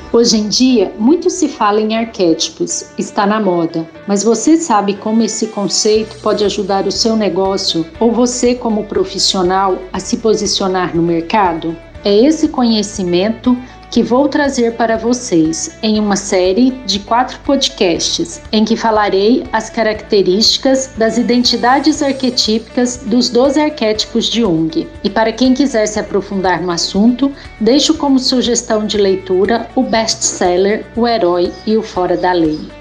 Hoje em dia, muito se fala em arquétipos, está na moda, mas você sabe como esse conceito pode ajudar o seu negócio ou você como profissional a se posicionar no mercado? É esse conhecimento que vou trazer para vocês em uma série de 4 podcasts, em que falarei as características das identidades arquetípicas dos 12 arquétipos de Jung. E para quem quiser se aprofundar no assunto, deixo como sugestão de leitura o best-seller O Herói e o Fora da Lei.